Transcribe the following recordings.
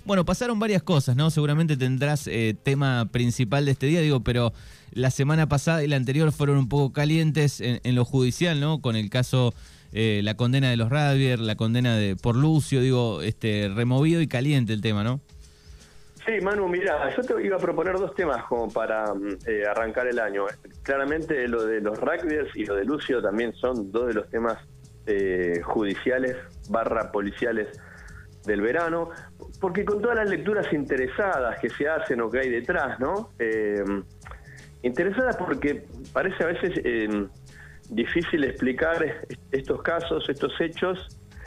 Bueno, pasaron varias cosas, ¿no? Seguramente tendrás tema principal de este día, digo, pero la semana pasada y la anterior fueron un poco calientes en lo judicial, ¿no? Con el caso, la condena de los Radbier, la condena por Lucio, digo, removido y caliente el tema, ¿no? Sí, Manu, mirá, yo te iba a proponer dos temas como para arrancar el año. Claramente lo de los Radbier y lo de Lucio también son dos de los temas judiciales / policiales del verano, porque con todas las lecturas interesadas que se hacen o que hay detrás, ¿no? Interesadas porque parece a veces difícil explicar estos casos, estos hechos,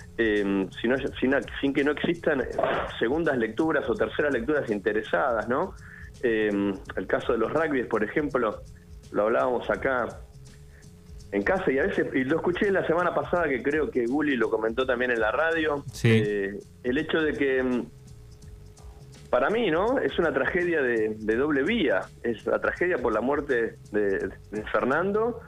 sin que no existan segundas lecturas o terceras lecturas interesadas, ¿no? El caso de los Radbier, por ejemplo, lo hablábamos acá en casa y a veces, y lo escuché la semana pasada, que creo que Gulli lo comentó también en la radio, sí. El hecho de que para mí, ¿no? Es una tragedia de doble vía, es la tragedia por la muerte de Fernando.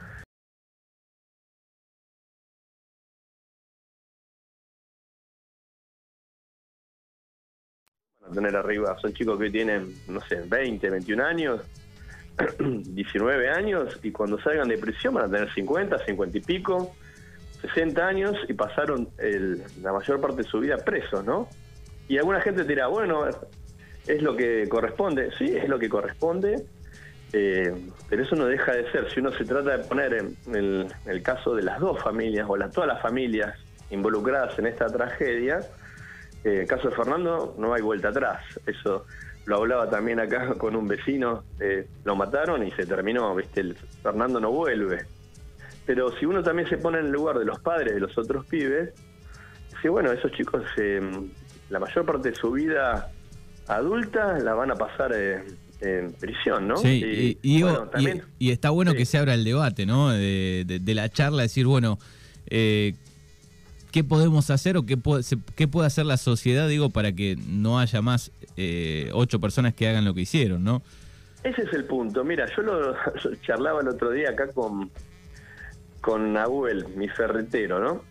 Van a tener arriba, son chicos que tienen, no sé, 20, 21 años, 19 años, y cuando salgan de prisión van a tener 50, 50 y pico, 60 años, y pasaron la mayor parte de su vida presos, ¿no? Y alguna gente dirá, bueno, es lo que corresponde. Sí, es lo que corresponde, pero eso no deja de ser, si uno se trata de poner en el caso de las dos familias, o todas las familias involucradas en esta tragedia, el caso de Fernando no hay vuelta atrás. Eso lo hablaba también acá con un vecino, lo mataron y se terminó, ¿viste? Fernando no vuelve. Pero si uno también se pone en el lugar de los padres de los otros pibes, dice, bueno, esos chicos la mayor parte de su vida adulta la van a pasar en prisión, ¿no? Sí, bueno, también, y está bueno, sí, que se abra el debate, ¿no? De la charla, decir, bueno, ¿qué podemos hacer o qué puede hacer la sociedad, digo, para que no haya más 8 personas que hagan lo que hicieron, ¿no? Ese es el punto. Mira, yo lo charlaba el otro día acá con Nahuel, mi ferretero, ¿no?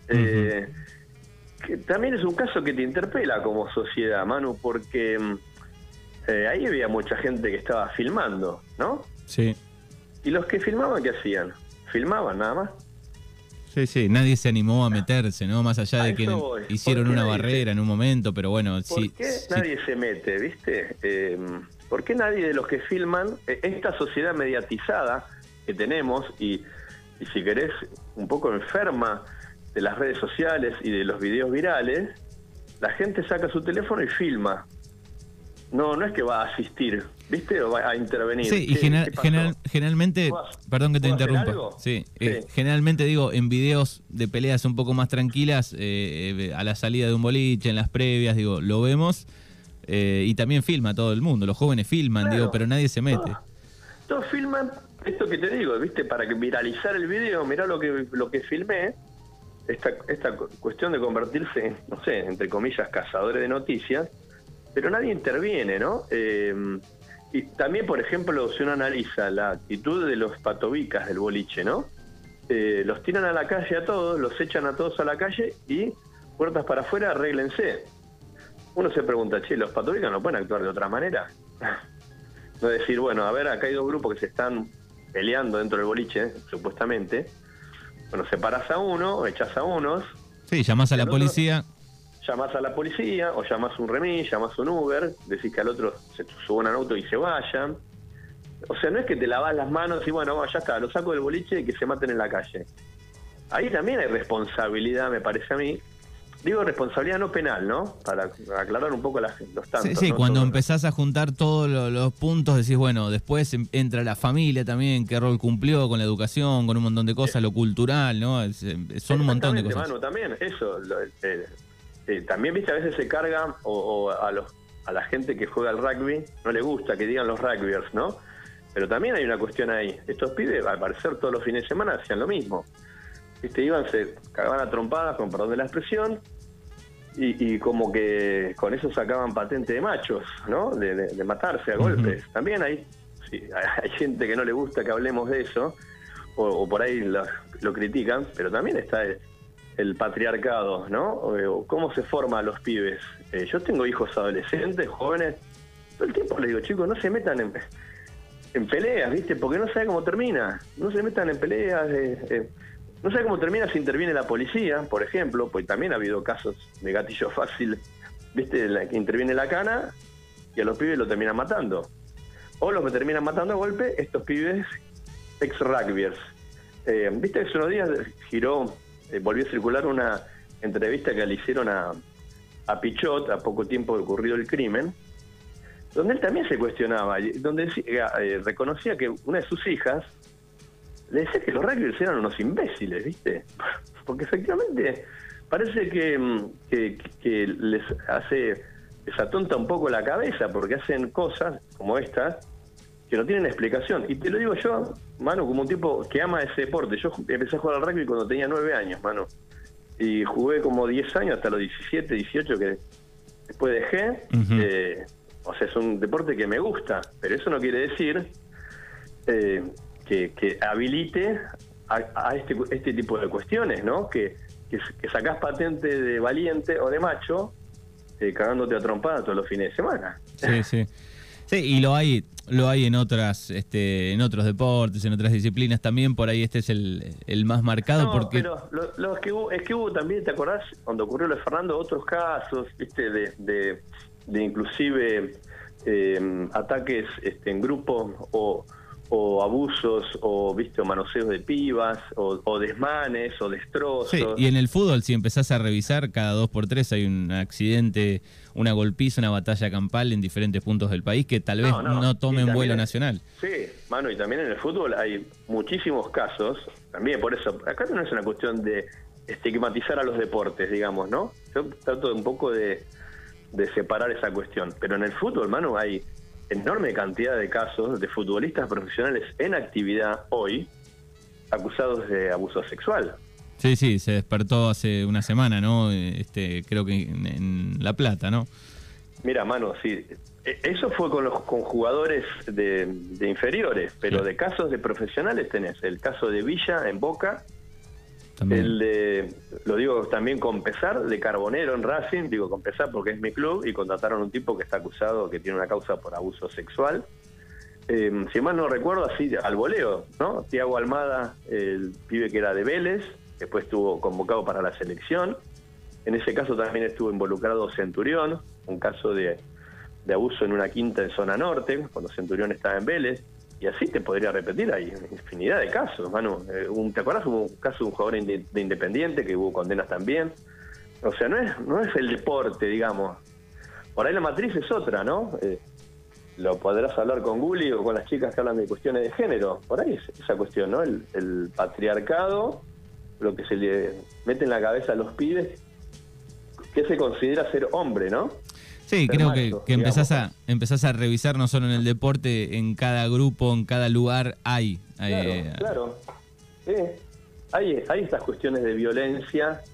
Que también es un caso que te interpela como sociedad, Manu, porque ahí había mucha gente que estaba filmando, ¿no? Sí. ¿Y los que filmaban qué hacían? ¿Filmaban nada más? Sí, sí, nadie se animó a meterse, ¿no? Más allá de que hicieron una barrera en un momento, pero bueno... ¿Por qué nadie se mete, viste? ¿Por qué nadie de los que filman, esta sociedad mediatizada que tenemos y si querés, un poco enferma de las redes sociales y de los videos virales, la gente saca su teléfono y filma? No es que va a asistir, ¿viste? O va a intervenir. Sí, y generalmente, perdón que te interrumpa. Sí, generalmente digo, en videos de peleas un poco más tranquilas, a la salida de un boliche, en las previas, digo, lo vemos, y también filma todo el mundo. Los jóvenes filman, claro, digo, pero nadie se mete. Todos filman, esto que te digo, ¿viste? Para que viralizar el video, mirá lo que filmé, esta cuestión de convertirse, no sé, entre comillas, cazadores de noticias, pero nadie interviene, ¿no? Y también, por ejemplo, si uno analiza la actitud de los patobicas del boliche, ¿no? Los tiran a la calle a todos, los echan a todos a la calle y puertas para afuera, arréglense. Uno se pregunta, che, ¿los patobicas no pueden actuar de otra manera? No es decir, bueno, a ver, acá hay dos grupos que se están peleando dentro del boliche, supuestamente. Bueno, separás a uno, echás a unos. Sí, llamás a la policía. Llamás a la policía, o llamás un remis, llamás un Uber, decís que al otro se suban al auto y se vayan. O sea, no es que te lavas las manos y bueno, ya está, lo saco del boliche y que se maten en la calle. Ahí también hay responsabilidad, me parece a mí. Digo responsabilidad no penal, ¿no? Para aclarar un poco los tantos. Sí, sí, ¿no? Cuando empezás a juntar todos los puntos, decís, bueno, después entra la familia también, qué rol cumplió con la educación, con un montón de cosas, lo cultural, ¿no? Son un montón de cosas. Manu, también, eso. También, viste, a veces se carga a la gente que juega al rugby, no le gusta que digan los rugbyers, ¿no? Pero también hay una cuestión ahí. Estos pibes, al parecer, todos los fines de semana hacían lo mismo. Viste, iban, se cagaban a trompadas, con perdón de la expresión, y como que con eso sacaban patente de machos, ¿no? De matarse a golpes. También hay gente que no le gusta que hablemos de eso, o por ahí lo critican, pero también está el patriarcado, ¿no? O cómo se forma a los pibes. Yo tengo hijos adolescentes, jóvenes, todo el tiempo les digo, chicos, no se metan en peleas, ¿viste? Porque no sabe cómo termina. No se metan en peleas. No sabe cómo termina si interviene la policía, por ejemplo, pues también ha habido casos de gatillo fácil, ¿viste? Que interviene la cana y a los pibes lo terminan matando. O los que terminan matando a golpe, estos pibes ex-rugbyers. ¿Viste que hace unos días volvió a circular una entrevista que le hicieron a Pichot, a poco tiempo de ocurrido el crimen, donde él también se cuestionaba, donde reconocía que una de sus hijas le decía que los rugbyers eran unos imbéciles, ¿viste? Porque efectivamente parece que les atonta un poco la cabeza, porque hacen cosas como estas que no tienen explicación. Y te lo digo yo, Manu, como un tipo que ama ese deporte. Yo empecé a jugar al rugby cuando tenía 9 años, Manu. Y jugué como 10 años, hasta los 17, 18, que después dejé. O sea, es un deporte que me gusta, pero eso no quiere decir que habilite a este tipo de cuestiones, ¿no? Que sacás patente de valiente o de macho cagándote a trompada todos los fines de semana. Sí, sí. Sí, y lo hay en otros deportes, en otras disciplinas también. Por ahí este es el más marcado. No, porque pero es que hubo también, ¿te acordás? Cuando ocurrió lo de Fernando, otros casos, ¿viste? De inclusive ataques en grupo o abusos o manoseos de pibas o desmanes o destrozos. Sí, y en el fútbol, si empezás a revisar, cada 2x3 hay un accidente, una golpiza, una batalla campal en diferentes puntos del país que tal vez no tomen vuelo nacional. Sí, Manu, y también en el fútbol hay muchísimos casos, también por eso, acá no es una cuestión de estigmatizar a los deportes, digamos, ¿no? Yo trato un poco de separar esa cuestión, pero en el fútbol, Manu, hay enorme cantidad de casos de futbolistas profesionales en actividad hoy acusados de abuso sexual. Sí, sí, se despertó hace una semana, ¿no? Creo que en La Plata, ¿no? Mira, Manu, sí, eso fue con jugadores de inferiores, pero sí, de casos de profesionales tenés el caso de Villa en Boca, también. El de, lo digo también con pesar, de Carbonero en Racing, digo con pesar porque es mi club, y contrataron a un tipo que está acusado, que tiene una causa por abuso sexual. Si mal no recuerdo, así al voleo, ¿no? Tiago Almada, el pibe que era de Vélez, después estuvo convocado para la selección. En ese caso también estuvo involucrado Centurión, un caso de abuso en una quinta en zona norte, cuando Centurión estaba en Vélez. Y así te podría repetir, hay infinidad de casos, Manu. ¿Te acuerdas? Hubo un caso de un jugador de Independiente, que hubo condenas también. O sea, no es el deporte, digamos. Por ahí la matriz es otra, ¿no? Lo podrás hablar con Gulli o con las chicas que hablan de cuestiones de género. Por ahí es esa cuestión, ¿no? El patriarcado, lo que se le mete en la cabeza a los pibes, que se considera ser hombre, ¿no? Sí, creo que empezás a revisar no solo en el deporte, en cada grupo, en cada lugar hay. Claro. Hay estas cuestiones de violencia.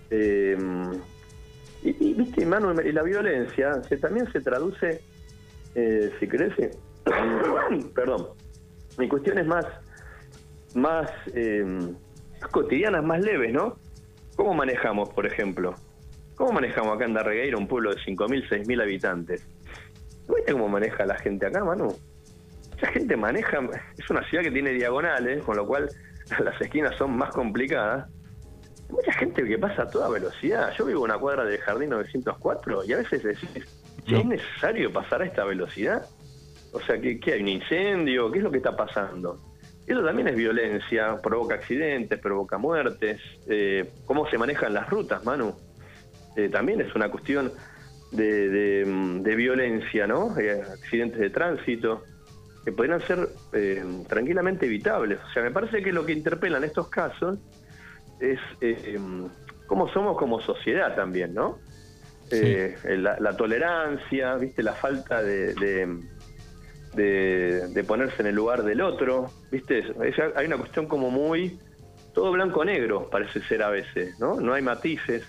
Y viste, Manu, y la violencia también se traduce, si querés, perdón, en cuestiones más cotidianas, más leves, ¿no? ¿Cómo manejamos, por ejemplo? ¿Cómo manejamos acá en Darregueira, un pueblo de 5.000, 6.000 habitantes? ¿Viste cómo maneja la gente acá, Manu? Mucha gente maneja, es una ciudad que tiene diagonales, con lo cual las esquinas son más complicadas. Mucha gente que pasa a toda velocidad. Yo vivo en una cuadra del Jardín 904 y a veces decís, ¿es necesario pasar a esta velocidad? O sea, ¿qué hay? ¿Un incendio? ¿Qué es lo que está pasando? Eso también es violencia, provoca accidentes, provoca muertes. ¿Cómo se manejan las rutas, Manu? También es una cuestión de violencia, ¿no? Accidentes de tránsito que podrían ser tranquilamente evitables. O sea, me parece que lo que interpelan estos casos es cómo somos como sociedad también, ¿no? Sí. La tolerancia, ¿viste? La falta de ponerse en el lugar del otro, ¿viste? Hay una cuestión como muy todo blanco-negro, parece ser a veces, ¿no? No hay matices.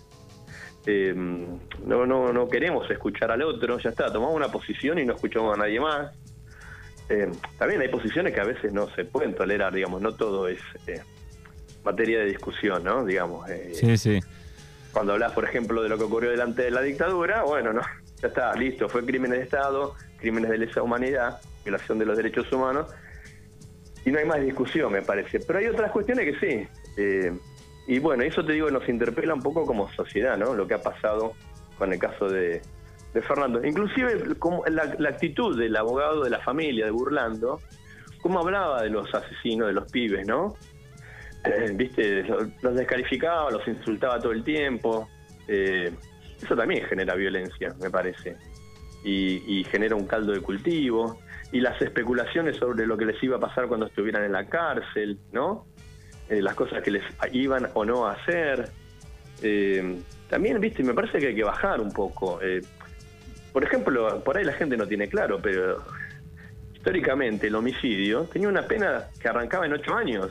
No queremos escuchar al otro, ya está, tomamos una posición y no escuchamos a nadie más. También hay posiciones que a veces no se pueden tolerar, digamos, no todo es materia de discusión, ¿no? Digamos. Sí, sí. Cuando hablas, por ejemplo, de lo que ocurrió delante de la dictadura, bueno, no, ya está, listo, fue crímenes de Estado, crímenes de lesa humanidad, violación de los derechos humanos, y no hay más discusión, me parece. Pero hay otras cuestiones que sí. Y bueno, eso te digo, nos interpela un poco como sociedad, ¿no? Lo que ha pasado con el caso de Fernando. Inclusive como la actitud del abogado de la familia, de Burlando, cómo hablaba de los asesinos, de los pibes, ¿no? Viste, los descalificaba, los insultaba todo el tiempo. Eso también genera violencia, me parece. Y genera un caldo de cultivo. Y las especulaciones sobre lo que les iba a pasar cuando estuvieran en la cárcel, ¿no? Las cosas que les iban o no a hacer. También, viste, me parece que hay que bajar un poco. Por ejemplo, por ahí la gente no tiene claro, pero históricamente el homicidio tenía una pena que arrancaba en 8 años.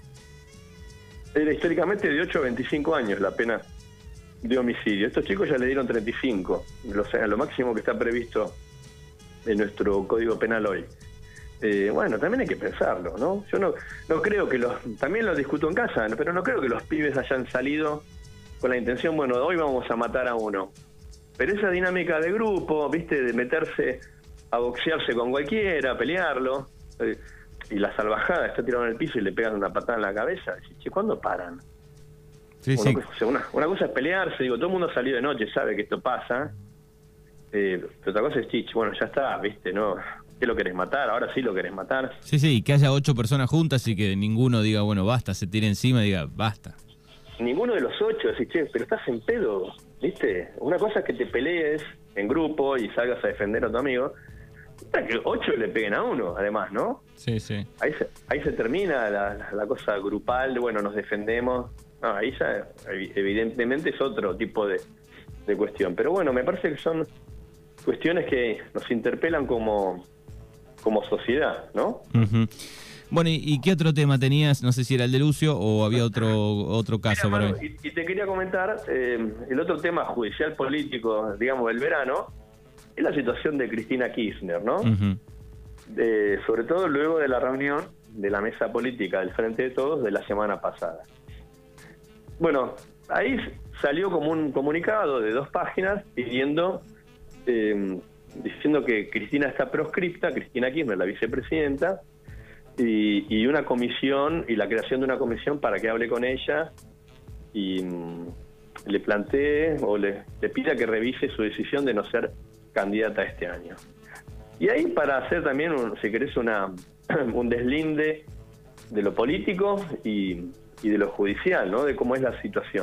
Era históricamente de 8 a 25 años la pena de homicidio. Estos chicos ya le dieron 35, o sea, lo máximo que está previsto en nuestro Código Penal hoy. Bueno, también hay que pensarlo, ¿no? Yo no creo que también lo discuto en casa, pero no creo que los pibes hayan salido con la intención, bueno, hoy vamos a matar a uno. Pero esa dinámica de grupo, viste, de meterse a boxearse con cualquiera, a pelearlo, y la salvajada, está tirado en el piso y le pegan una patada en la cabeza, decís, che, ¿cuándo paran? Sí, Bueno, sí. pues, o sea, una cosa es pelearse, digo, todo el mundo salió de noche, sabe que esto pasa, pero otra cosa es, chich, bueno, ya está, viste, ¿no? ¿Qué lo querés matar? Ahora sí lo querés matar. Sí, sí, y que haya 8 personas juntas y que ninguno diga, bueno, basta, se tire encima y diga, basta. Ninguno de los 8 decís, che, pero estás en pedo, ¿viste? Una cosa es que te pelees en grupo y salgas a defender a tu amigo. Otra que 8 le peguen a uno, además, ¿no? Sí, sí. Ahí se termina la cosa grupal de, bueno, nos defendemos. No, ahí ya evidentemente es otro tipo de cuestión. Pero bueno, me parece que son cuestiones que nos interpelan como sociedad, ¿no? Uh-huh. Bueno, ¿y qué otro tema tenías? No sé si era el de Lucio o había otro caso. Mira, para Manu, y te quería comentar, el otro tema judicial político, digamos, del verano, es la situación de Cristina Kirchner, ¿no? Uh-huh. Sobre todo luego de la reunión de la mesa política del Frente de Todos de la semana pasada. Bueno, ahí salió como un comunicado de 2 páginas pidiendo, diciendo que Cristina está proscripta, Cristina Kirchner, la vicepresidenta, y una comisión, y la creación de una comisión para que hable con ella y le plantee o le pida que revise su decisión de no ser candidata este año. Y ahí, para hacer también, si querés, un deslinde de lo político y de lo judicial, ¿no? De cómo es la situación.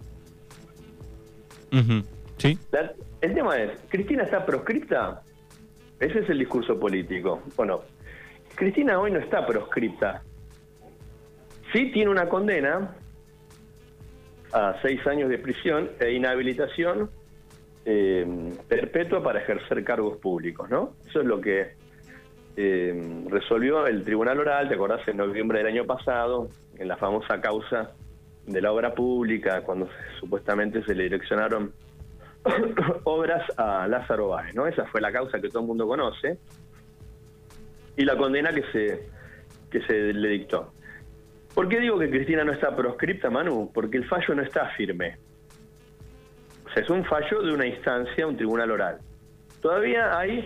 Uh-huh. ¿Sí? El tema es, ¿Cristina está proscripta? Ese es el discurso político. Bueno, Cristina hoy no está proscripta. Sí tiene una condena a 6 años de prisión e inhabilitación perpetua para ejercer cargos públicos, ¿no? Eso es lo que resolvió el Tribunal Oral, ¿te acordás? En noviembre del año pasado, en la famosa causa de la obra pública, cuando supuestamente se le direccionaron obras a Lázaro Báez, ¿no? Esa fue la causa que todo el mundo conoce y la condena que se le dictó. ¿Por qué digo que Cristina no está proscripta, Manu? Porque el fallo no está firme. O sea, es un fallo de una instancia, un tribunal oral. Todavía hay,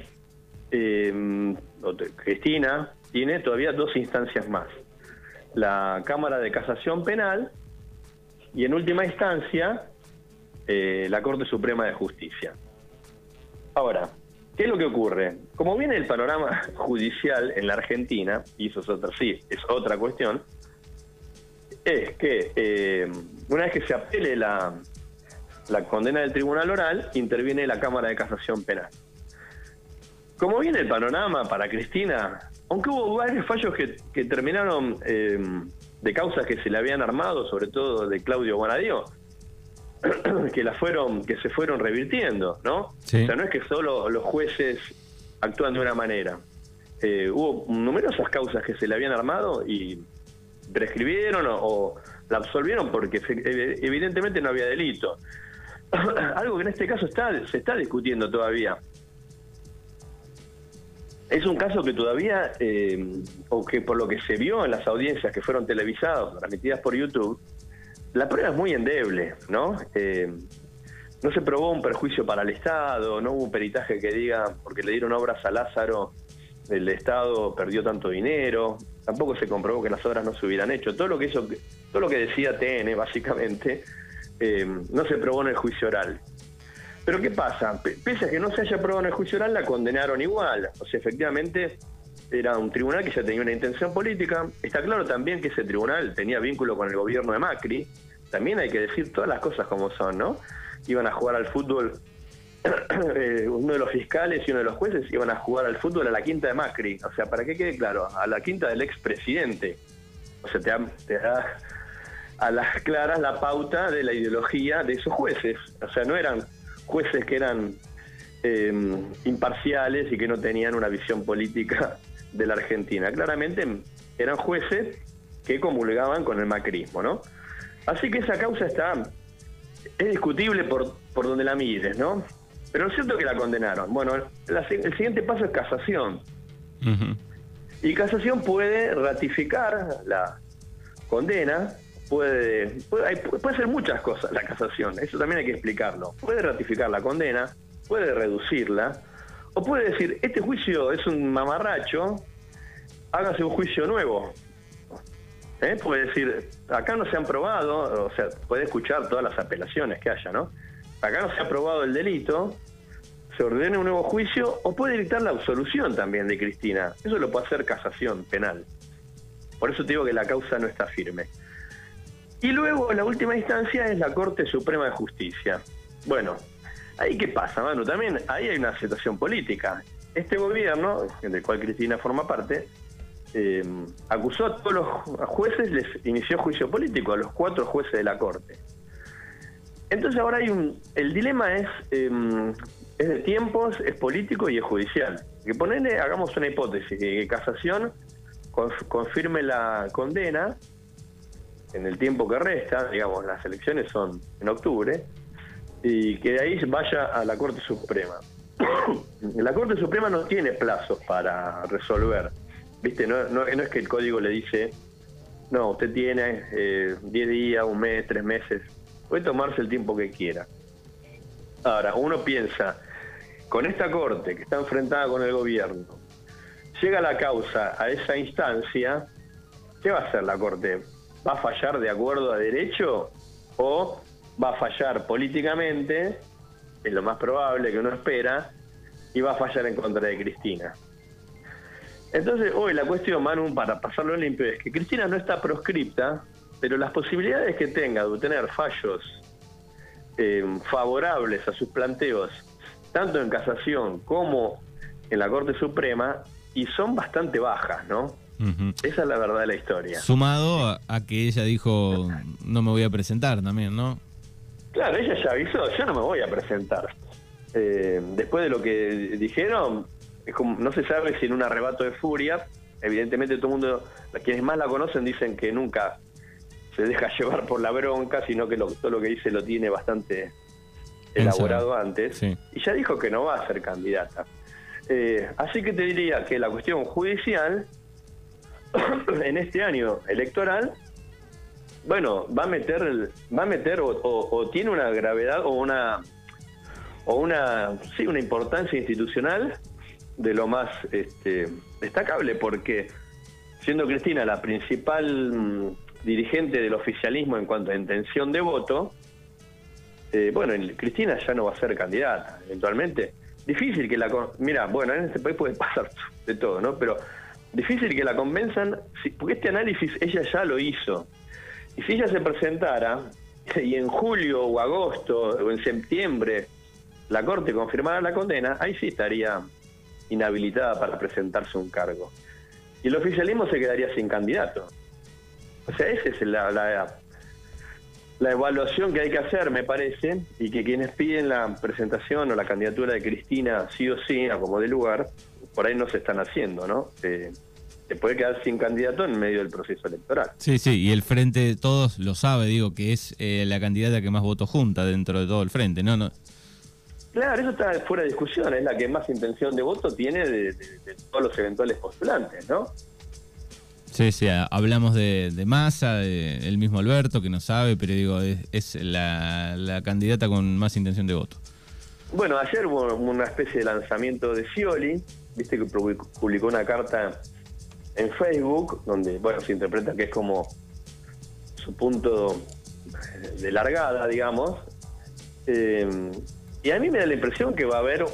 Cristina tiene todavía 2 instancias más. La Cámara de Casación Penal y, en última instancia, la Corte Suprema de Justicia. Ahora, ¿qué es lo que ocurre? Como viene el panorama judicial en la Argentina, y eso es otra cuestión, es que una vez que se apele la condena del Tribunal Oral, interviene la Cámara de Casación Penal. Como viene el panorama para Cristina, aunque hubo varios fallos que terminaron de causas que se le habían armado, sobre todo de Claudio Bonadío, que se fueron revirtiendo, ¿no? Sí. O sea, no es que solo los jueces actúan de una manera. Hubo numerosas causas que se le habían armado y prescribieron o la absolvieron porque evidentemente no había delito. Algo que en este caso se está discutiendo todavía. Es un caso que todavía, o que por lo que se vio en las audiencias que fueron televisadas, transmitidas por YouTube, la prueba es muy endeble, ¿no? No se probó un perjuicio para el Estado, no hubo un peritaje que diga, porque le dieron obras a Lázaro, el Estado perdió tanto dinero, tampoco se comprobó que las obras no se hubieran hecho. Todo lo que decía TN, básicamente, no se probó en el juicio oral. Pero ¿qué pasa? Pese a que no se haya probado en el juicio oral, la condenaron igual. O sea, efectivamente, era un tribunal que ya tenía una intención política. Está claro también que ese tribunal tenía vínculo con el gobierno de Macri. También hay que decir todas las cosas como son, ¿no? Iban a jugar al fútbol, uno de los fiscales y uno de los jueces iban a jugar al fútbol a la quinta de Macri. O sea, para que quede claro, a la quinta del expresidente. O sea, te da a las claras la pauta de la ideología de esos jueces. O sea, no eran jueces que eran imparciales y que no tenían una visión política de la Argentina. Claramente eran jueces que comulgaban con el macrismo, ¿no? Así que esa causa es discutible por donde la mires, ¿no? Pero es cierto que la condenaron. Bueno, el siguiente paso es casación. Uh-huh. Y casación puede ratificar la condena. Puede hacer muchas cosas la casación, eso también hay que explicarlo. Puede ratificar la condena, puede reducirla, o puede decir, este juicio es un mamarracho, hágase un juicio nuevo. Puede decir, acá no se han probado, o sea, puede escuchar todas las apelaciones que haya, ¿no? Acá no se ha probado el delito, se ordene un nuevo juicio, o puede dictar la absolución también de Cristina. Eso lo puede hacer casación penal. Por eso te digo que la causa no está firme. Y luego, la última instancia es la Corte Suprema de Justicia. Bueno, ¿ahí qué pasa, Manu? También ahí hay una situación política. Este gobierno, del cual Cristina forma parte, acusó a todos los jueces, les inició juicio político, a los 4 jueces de la Corte. Entonces ahora el dilema es de tiempos, es político y es judicial. Que ponele, hagamos una hipótesis, que casación confirme la condena en el tiempo que resta, digamos, las elecciones son en octubre, y que de ahí vaya a la Corte Suprema. La Corte Suprema no tiene plazos para resolver, ¿viste? No es que el código le dice, no, usted tiene 10 días, un mes, 3 meses, puede tomarse el tiempo que quiera. Ahora, uno piensa, con esta Corte que está enfrentada con el gobierno, llega la causa a esa instancia, ¿qué va a hacer la Corte? ¿Va a fallar de acuerdo a derecho o va a fallar políticamente, es lo más probable que uno espera, y va a fallar en contra de Cristina? Entonces, hoy la cuestión, Manu, para pasarlo limpio, es que Cristina no está proscripta, pero las posibilidades que tenga de obtener fallos favorables a sus planteos, tanto en casación como en la Corte Suprema, y son bastante bajas, ¿no? Uh-huh. Esa es la verdad de la historia. Sumado a que ella dijo, no me voy a presentar también, ¿no? Claro, ella ya avisó, yo no me voy a presentar. Después de lo que dijeron, es como, no se sabe si en un arrebato de furia, evidentemente todo el mundo, quienes más la conocen dicen que nunca se deja llevar por la bronca, sino que todo lo que dice lo tiene bastante elaborado antes, sí. Y ya dijo que no va a ser candidata. Así que te diría que la cuestión judicial en este año electoral, bueno, va a meter o tiene una gravedad o una importancia institucional de lo más destacable, porque siendo Cristina la principal dirigente del oficialismo en cuanto a intención de voto, bueno, Cristina ya no va a ser candidata eventualmente. Difícil que mira, bueno, en este país puede pasar de todo, ¿no? Pero difícil que la convenzan, porque este análisis ella ya lo hizo. Y si ella se presentara, y en julio o agosto o en septiembre la Corte confirmara la condena, ahí sí estaría inhabilitada para presentarse un cargo. Y el oficialismo se quedaría sin candidato. O sea, esa es la evaluación que hay que hacer, me parece, y que quienes piden la presentación o la candidatura de Cristina sí o sí, a como de lugar, por ahí no se están haciendo, ¿no? Se puede quedar sin candidato en medio del proceso electoral. Sí, y el Frente de Todos lo sabe, digo, que es la candidata que más votos junta dentro de todo el Frente, ¿no? Claro, eso está fuera de discusión, es la que más intención de voto tiene de todos los eventuales postulantes, ¿no? Sí, sí, hablamos de Massa, del mismo Alberto, que no sabe, pero digo, es la candidata con más intención de voto. Bueno, ayer hubo una especie de lanzamiento de Scioli, viste que publicó una carta en Facebook, donde, bueno, se interpreta que es como su punto de largada, digamos, y a mí me da la impresión que va a haber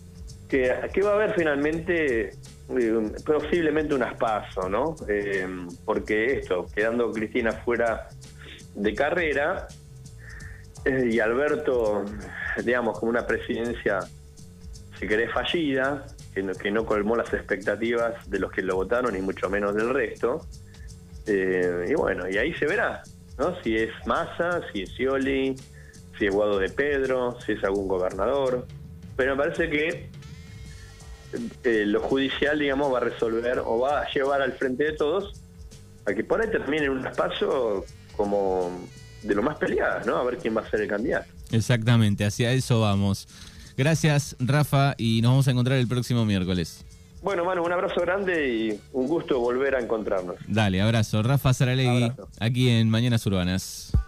finalmente posiblemente unas PASO, ¿no? Porque quedando Cristina fuera de carrera y Alberto, digamos, como una presidencia, si querés, fallida, que no colmó las expectativas de los que lo votaron y mucho menos del resto, y bueno, y ahí se verá, ¿no? Si es Massa, si es Scioli, si es Guado de Pedro, si es algún gobernador. Pero me parece que lo judicial, digamos, va a resolver o va a llevar al frente de todos a que por ahí terminen un espacio como de lo más peleadas, ¿no? A ver quién va a ser el candidato. Exactamente, hacia eso vamos. Gracias, Rafa, y nos vamos a encontrar el próximo miércoles. Bueno, Manu, un abrazo grande y un gusto volver a encontrarnos. Dale, abrazo. Rafa Saralegui, aquí en Mañanas Urbanas.